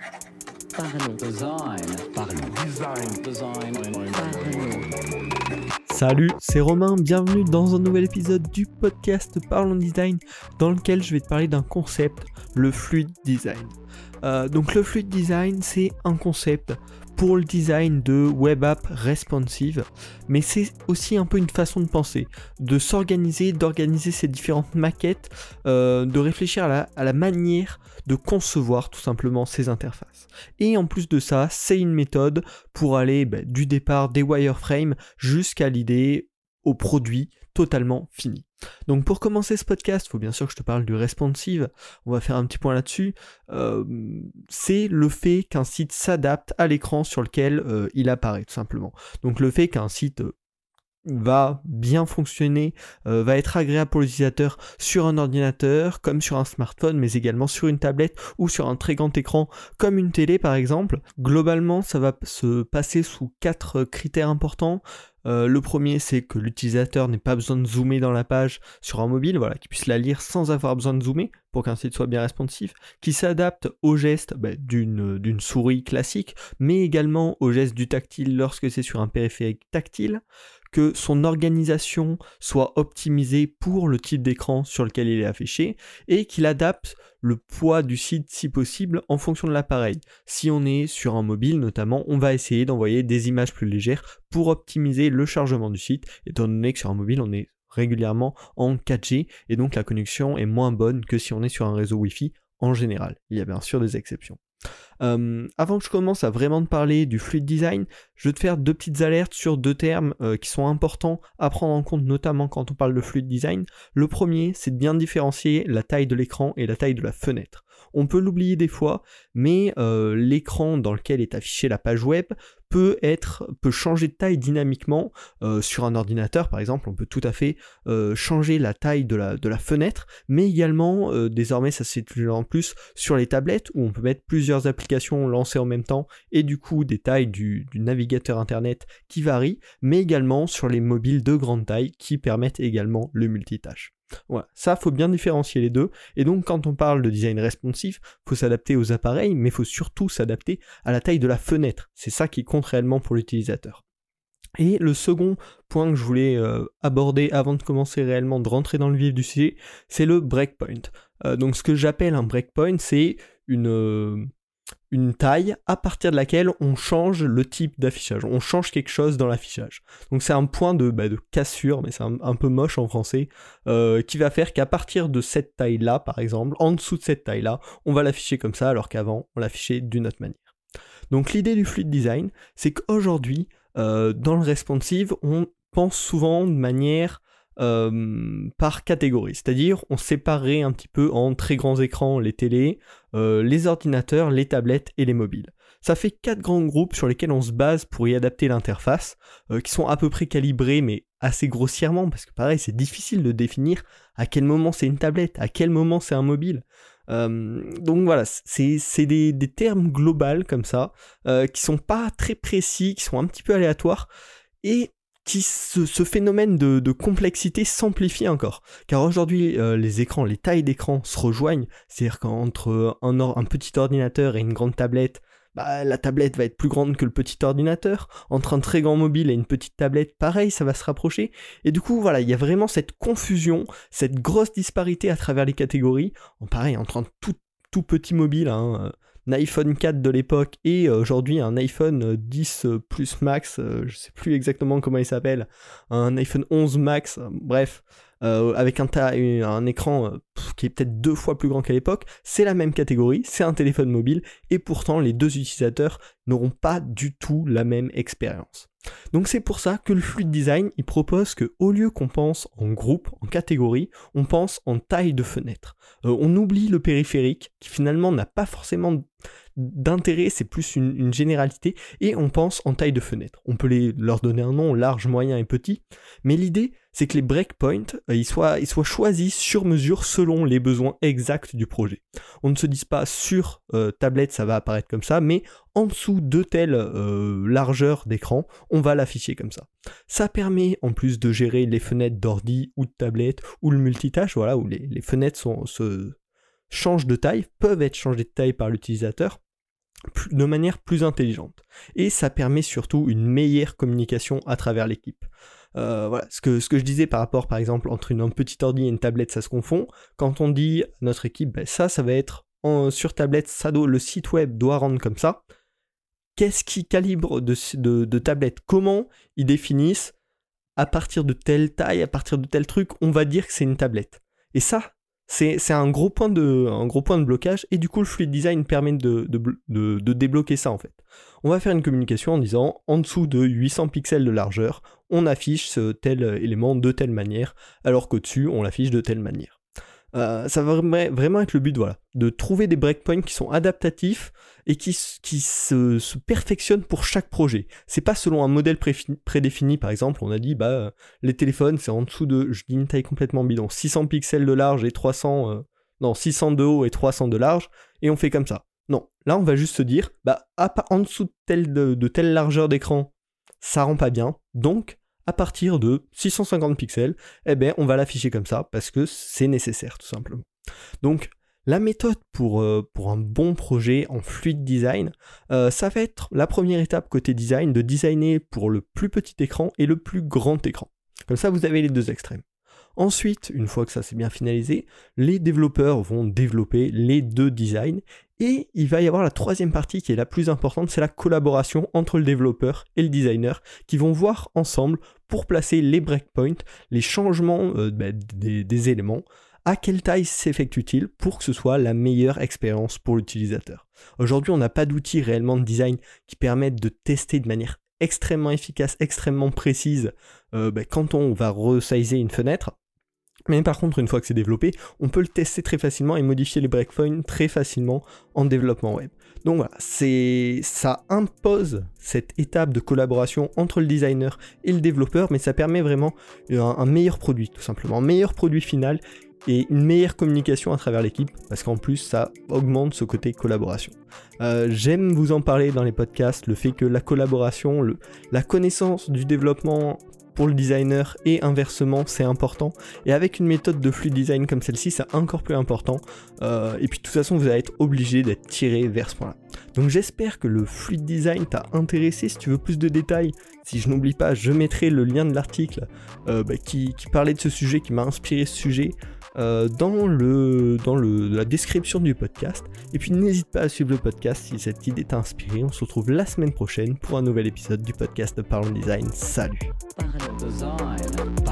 Parlons. Salut, c'est Romain, bienvenue dans un nouvel épisode du podcast Parlons Design dans lequel je vais te parler d'un concept, le fluid design. Donc le fluid design, c'est un concept pour le design de web app responsive, mais c'est aussi un peu une façon de penser, de s'organiser, d'organiser ces différentes maquettes, de réfléchir à la manière de concevoir tout simplement ces interfaces. Et en plus de ça, c'est une méthode pour aller du départ des wireframes jusqu'à l'idée au produit totalement fini. Donc pour commencer ce podcast, il faut bien sûr que je te parle du responsive, on va faire un petit point là-dessus. C'est le fait qu'un site s'adapte à l'écran sur lequel il apparaît tout simplement. Donc le fait qu'un site va bien fonctionner, va être agréable pour l'utilisateur sur un ordinateur, comme sur un smartphone, mais également sur une tablette ou sur un très grand écran, comme une télé par exemple. Globalement, ça va se passer sous 4 critères importants. Le premier, c'est que l'utilisateur n'ait pas besoin de zoomer dans la page sur un mobile, voilà, qu'il puisse la lire sans avoir besoin de zoomer pour qu'un site soit bien responsive, qu'il s'adapte au geste d'une souris classique, mais également au geste du tactile lorsque c'est sur un périphérique tactile, que son organisation soit optimisée pour le type d'écran sur lequel il est affiché, et qu'il adapte le poids du site si possible en fonction de l'appareil. Si on est sur un mobile notamment, on va essayer d'envoyer des images plus légères pour optimiser le chargement du site, étant donné que sur un mobile on est régulièrement en 4G et donc la connexion est moins bonne que si on est sur un réseau Wi-Fi en général. Il y a bien sûr des exceptions. Avant que je commence à vraiment te parler du fluid design, je vais te faire 2 petites alertes sur 2 termes qui sont importants à prendre en compte, notamment quand on parle de fluid design. Le premier, c'est de bien différencier la taille de l'écran et la taille de la fenêtre. On peut l'oublier des fois, mais l'écran dans lequel est affichée la page web peut changer de taille dynamiquement. Sur un ordinateur par exemple, on peut tout à fait changer la taille de la fenêtre, mais également désormais ça se fait de plus en plus sur les tablettes où on peut mettre plusieurs applications lancées en même temps et du coup des tailles du navigateur internet qui varient, mais également sur les mobiles de grande taille qui permettent également le multitâche. Voilà, ça faut bien différencier les deux, et donc quand on parle de design responsive, faut s'adapter aux appareils, mais faut surtout s'adapter à la taille de la fenêtre, c'est ça qui compte réellement pour l'utilisateur. Et le second point que je voulais aborder avant de commencer réellement de rentrer dans le vif du sujet, c'est le breakpoint. Donc ce que j'appelle un breakpoint, c'est une taille à partir de laquelle on change le type d'affichage, on change quelque chose dans l'affichage. Donc c'est un point de cassure, mais c'est un peu moche en français, qui va faire qu'à partir de cette taille-là, par exemple, en dessous de cette taille-là, on va l'afficher comme ça, alors qu'avant, on l'affichait d'une autre manière. Donc l'idée du fluid design, c'est qu'aujourd'hui, dans le responsive, on pense souvent de manière par catégorie, c'est-à-dire on séparerait un petit peu en très grands écrans les télés, les ordinateurs, les tablettes et les mobiles. Ça fait 4 grands groupes sur lesquels on se base pour y adapter l'interface, qui sont à peu près calibrés mais assez grossièrement, parce que pareil c'est difficile de définir à quel moment c'est une tablette, à quel moment c'est un mobile. Donc voilà, c'est des termes globaux comme ça, qui sont pas très précis, qui sont un petit peu aléatoires, et ce phénomène de complexité s'amplifie encore. Car aujourd'hui, les tailles d'écran se rejoignent, c'est-à-dire qu'entre un petit ordinateur et une grande tablette, la tablette va être plus grande que le petit ordinateur. Entre un très grand mobile et une petite tablette, pareil, ça va se rapprocher. Et du coup, voilà, il y a vraiment cette confusion, cette grosse disparité à travers les catégories. Pareil, entre un tout petit mobile, un iPhone 4 de l'époque et aujourd'hui un iPhone 10 Plus Max, je sais plus exactement comment il s'appelle, un iPhone 11 Max, bref, avec un écran qui est peut-être 2 fois plus grand qu'à l'époque, c'est la même catégorie, c'est un téléphone mobile, et pourtant les 2 utilisateurs n'auront pas du tout la même expérience. Donc c'est pour ça que le fluid design, il propose que au lieu qu'on pense en groupe, en catégorie, on pense en taille de fenêtre. On oublie le périphérique, qui finalement n'a pas forcément d'intérêt, c'est plus une généralité, et on pense en taille de fenêtre. On peut leur donner un nom, large, moyen et petit, mais l'idée, c'est que les breakpoints, ils soient choisis sur mesure selon les besoins exacts du projet. On ne se dise pas sur tablette, ça va apparaître comme ça, mais en dessous de telle largeur d'écran, on va l'afficher comme ça. Ça permet, en plus de gérer les fenêtres d'ordi ou de tablette, ou le multitâche, voilà, où les fenêtres changent de taille, peuvent être changées de taille par l'utilisateur. de manière plus intelligente. Et ça permet surtout une meilleure communication à travers l'équipe. Voilà, ce que je disais par rapport, par exemple, entre un petit ordi et une tablette, ça se confond. Quand on dit à notre équipe, ça va être sur tablette, le site web doit rendre comme ça. Qu'est-ce qui calibre de tablette? Comment ils définissent à partir de telle taille, à partir de tel truc, on va dire que c'est une tablette. Et ça, c'est un gros point de blocage, et du coup le fluid design permet de débloquer ça en fait. On va faire une communication en disant en dessous de 800 pixels de largeur, on affiche tel élément de telle manière, alors qu'au-dessus on l'affiche de telle manière. Ça va vraiment être le but, voilà, de trouver des breakpoints qui sont adaptatifs et qui se perfectionnent pour chaque projet. C'est pas selon un modèle prédéfini, par exemple, on a dit, les téléphones, c'est en dessous de, je dis une taille complètement bidon, 600 pixels de large et 600 de haut et 300 de large, et on fait comme ça. Non, là on va juste se dire, en dessous de telle largeur d'écran, ça rend pas bien, donc à partir de 650 pixels, on va l'afficher comme ça, parce que c'est nécessaire, tout simplement. Donc, la méthode pour un bon projet en fluid design, ça va être la première étape côté design, de designer pour le plus petit écran et le plus grand écran. Comme ça, vous avez les deux extrêmes. Ensuite, une fois que ça c'est bien finalisé, les développeurs vont développer les deux designs, et il va y avoir la troisième partie qui est la plus importante, c'est la collaboration entre le développeur et le designer, qui vont voir ensemble pour placer les breakpoints, les changements des éléments, à quelle taille s'effectue-t-il pour que ce soit la meilleure expérience pour l'utilisateur. Aujourd'hui, on n'a pas d'outils réellement de design qui permettent de tester de manière extrêmement efficace, extrêmement précise, quand on va resizer une fenêtre. Mais par contre, une fois que c'est développé, on peut le tester très facilement et modifier les breakpoints très facilement en développement web. Donc voilà, ça impose cette étape de collaboration entre le designer et le développeur, mais ça permet vraiment un meilleur produit, tout simplement, un meilleur produit final et une meilleure communication à travers l'équipe, parce qu'en plus ça augmente ce côté collaboration. J'aime vous en parler dans les podcasts, le fait que la collaboration, la connaissance du développement pour le designer et inversement, c'est important, et avec une méthode de fluid design comme celle-ci, c'est encore plus important, et puis de toute façon vous allez être obligé d'être tiré vers ce point-là. Donc j'espère que le fluid design t'a intéressé. Si tu veux plus de détails, si je n'oublie pas, je mettrai le lien de l'article qui parlait de ce sujet, qui m'a inspiré ce sujet, dans la description du podcast. Et puis n'hésite pas à suivre le podcast si cette idée t'a inspiré. On se retrouve la semaine prochaine pour un nouvel épisode du podcast de Parlons Design. Salut.